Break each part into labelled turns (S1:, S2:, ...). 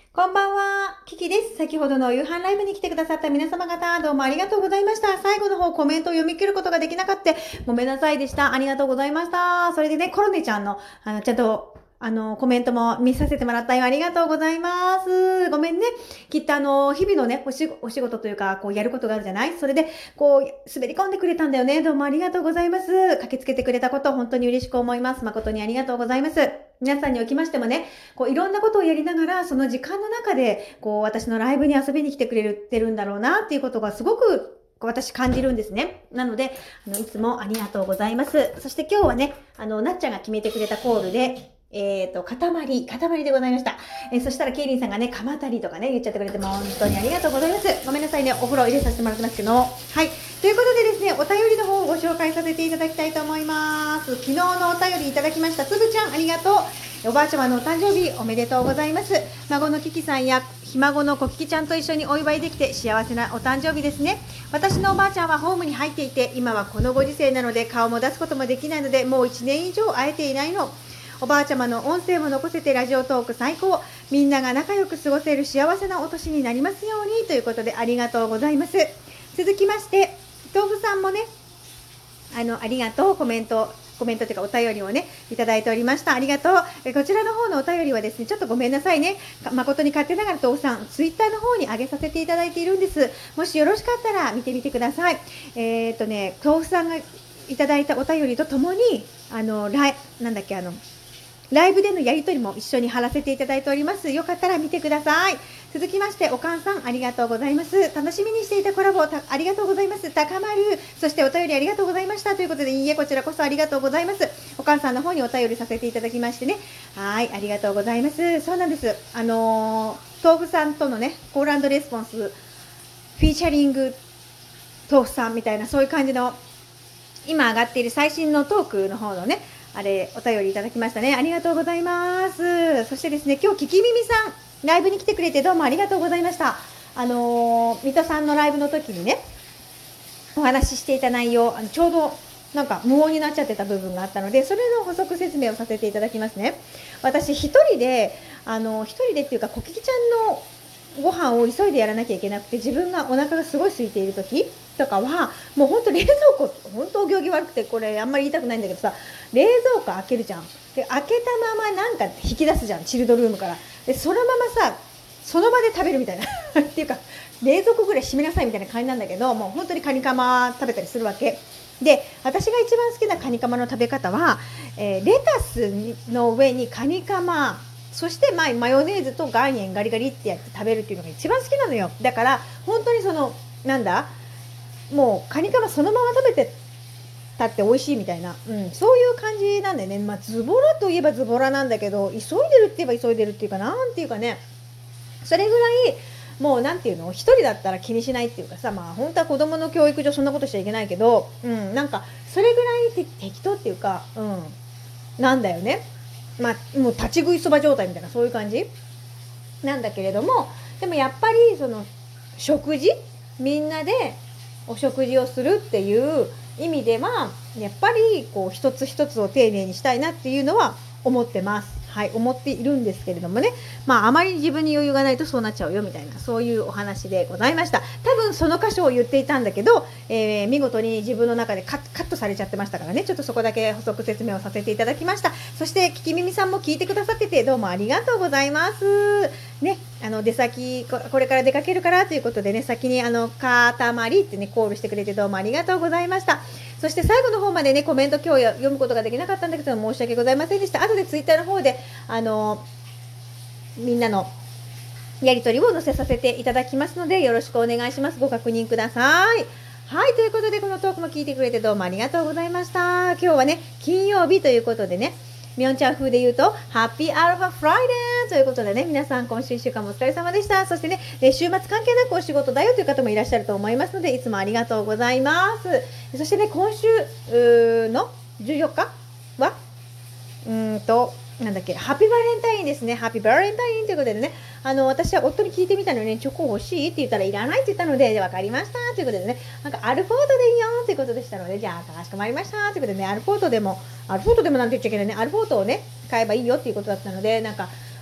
S1: こんばんは、キキです。先ほどの夕飯ライブに来てくださった皆様方、どうもありがとうございました。最後の方コメントを読み切ることができなかった。ごめんなさいでした。ありがとうございました。それでね、コロネちゃんの、ちゃんと、コメントも見させてもらったよ。ありがとうございます。ごめんね。きっと日々のね、お仕事というか、こう、やることがあるじゃない？それで、こう、滑り込んでくれたんだよね。どうもありがとうございます。駆けつけてくれたこと、本当に嬉しく思います。誠にありがとうございます。皆さんにおきましてもね、こういろんなことをやりながら、その時間の中で、こう私のライブに遊びに来てくれてるんだろうなっていうことがすごく私感じるんですね。なので、いつもありがとうございます。そして今日はね、なっちゃんが決めてくれたコールで、塊でございました。そしたら、ケイリンさんがね、かまたりとかね、言っちゃってくれて、も本当にありがとうございます。ごめんなさいね、お風呂入れさせてもらってますけど。はい。ということでですね、お便りの方をご紹介させていただきたいと思います。昨日のお便りいただきました、つぶちゃん、ありがとう。おばあちゃまのお誕生日おめでとうございます。孫のキキさんやひ孫のコキキちゃんと一緒にお祝いできて幸せなお誕生日ですね。私のおばあちゃんはホームに入っていて、今はこのご時世なので顔も出すこともできないので、もう1年以上会えていないの。おばあちゃまの音声も残せてラジオトーク最高。みんなが仲良く過ごせる幸せなお年になりますようにということでありがとうございます。続きまして、豆腐さんもね、ありがとう、コメントというかお便りをね、いただいておりました。ありがとう。こちらの方のお便りはですね、ちょっとごめんなさいね。誠に勝手ながら豆腐さん、ツイッターの方に上げさせていただいているんです。もしよろしかったら見てみてください。豆腐さんがいただいたお便りとともに、ライブでのやり取りも一緒に貼らせていただいております。よかったら見てください。続きまして、おかんさん、ありがとうございます。楽しみにしていたコラボ、ありがとうございます。高丸、そしてお便りありがとうございました。ということで、いいえ、こちらこそありがとうございます。おかんさんの方にお便りさせていただきましてね。はい、ありがとうございます。そうなんです。豆腐さんとのね、コール&レスポンス、フィーチャリング豆腐さんみたいな、そういう感じの、今上がっている最新のトークの方のね、あれ、お便りいただきましたね。ありがとうございます。そしてですね、今日、ききみみさん、ライブに来てくれてどうもありがとうございました。水戸さんのライブの時にね、お話ししていた内容、ちょうど、なんか無音になっちゃってた部分があったので、それの補足説明をさせていただきますね。私、一人でっていうか、コキキちゃんのご飯を急いでやらなきゃいけなくて、自分がお腹がすごい空いている時とかはもうほんと冷蔵庫ほんとお行儀悪くて、これあんまり言いたくないんだけどさ、冷蔵庫開けるじゃん。で開けたままなんか引き出すじゃん、チルドルームから。でそのままさ、その場で食べるみたいなっていうか、冷蔵庫ぐらい閉めなさいみたいな感じなんだけど、もう本当にカニカマ食べたりするわけで、私が一番好きなカニカマの食べ方は、レタスの上にカニカマ、そしてマヨネーズと岩塩ガリガリってやって食べるっていうのが一番好きなのよ。だから本当にもうカニカマそのまま食べてたって美味しいみたいな、そういう感じなんだよね。ズボラといえばズボラなんだけど、急いでるって言えば急いでるっていうか、なんていうかね、それぐらいもうなんていうの、一人だったら気にしないっていうかさ、本当は子供の教育上そんなことしちゃいけないけど、なんかそれぐらい適当っていうか、なんだよね。もう立ち食いそば状態みたいな、そういう感じなんだけれども、でもやっぱりその食事、みんなでお食事をするっていう意味では、やっぱりこう一つ一つを丁寧にしたいなっていうのは思ってます。はい、思っているんですけれどもね、あまり自分に余裕がないとそうなっちゃうよみたいな、そういうお話でございました。多分その箇所を言っていたんだけど、見事に自分の中でカットされちゃってましたからね、ちょっとそこだけ補足説明をさせていただきました。そしてききみみさんも聞いてくださっててどうもありがとうございます。ね、出先これから出かけるからということでね、先にかたまりってねコールしてくれてどうもありがとうございました。そして最後の方までねコメント今日読むことができなかったんだけど申し訳ございませんでした。後でツイッターの方でみんなのやり取りを載せさせていただきますのでよろしくお願いします。ご確認ください。はい、ということでこのトークも聞いてくれてどうもありがとうございました。今日はね金曜日ということでね、みおんちゃん風で言うとハッピーアルファフライデーということでね、皆さん今週1週間もお疲れ様でした。そしてね、週末関係なくお仕事だよという方もいらっしゃると思いますのでいつもありがとうございます。そしてね、今週の14日はなんだっけ、ハッピーバレンタインですね。ハッピーバレンタインということでね、私は夫に聞いてみたのに、チョコ欲しいって言ったらいらないって言ったので、分かりましたということでね、なんかアルフォートでいいよということでしたので、じゃあかしこまりましたということでね、アルフォートでもなんて言っちゃいけないね、アルフォートをね買えばいいよっていうことだったので、なんか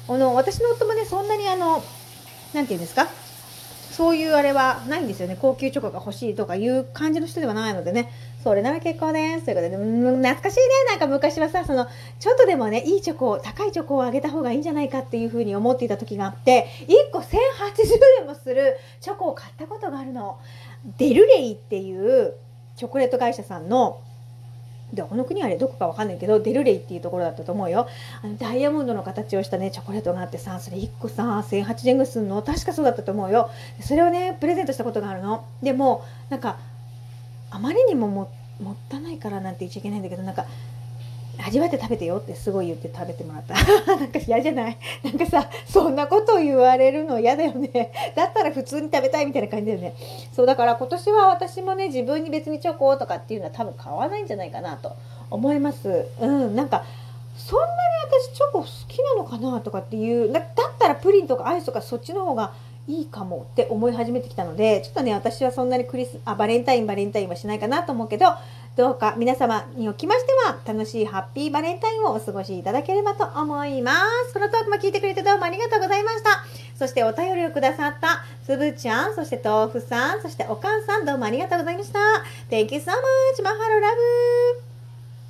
S1: 私の夫もね、そんなになんていうんですか、そういうあれはないんですよね。高級チョコが欲しいとかいう感じの人ではないのでね。それなら結構です。ということで、懐かしいね。なんか昔はさ、ちょっとでもね、いいチョコ、高いチョコをあげた方がいいんじゃないかっていうふうに思っていた時があって、1個1080円もするチョコを買ったことがあるの。デルレイっていうチョコレート会社さんの、どこの国あれどこかわかんないけど、デルレイっていうところだったと思うよ。ダイヤモンドの形をしたねチョコレートがあってさ、それ1個さ1080円ぐらいするの、確かそうだったと思うよ。それをねプレゼントしたことがあるの。でもなんかあまりにももったいないからなんて言っちゃいけないんだけど、なんか味わって食べてよってすごい言って食べてもらったなんか嫌じゃない？なんかさ、そんなことを言われるの嫌だよね。だったら普通に食べたいみたいな感じだよね。そうだから今年は私もね、自分に別にチョコとかっていうのは多分買わないんじゃないかなと思います。なんかそんなに私チョコ好きなのかなとかっていうだったらプリンとかアイスとかそっちの方がいいかもって思い始めてきたので、ちょっとね私はそんなにバレンタインはしないかなと思うけど、どうか皆様におきましては楽しいハッピーバレンタインをお過ごしいただければと思います。このトークも聞いてくれてどうもありがとうございました。そしてお便りをくださったつぶちゃん、そして豆腐さん、そしておかんさん、どうもありがとうございました。 Thank you so much. マハロラブ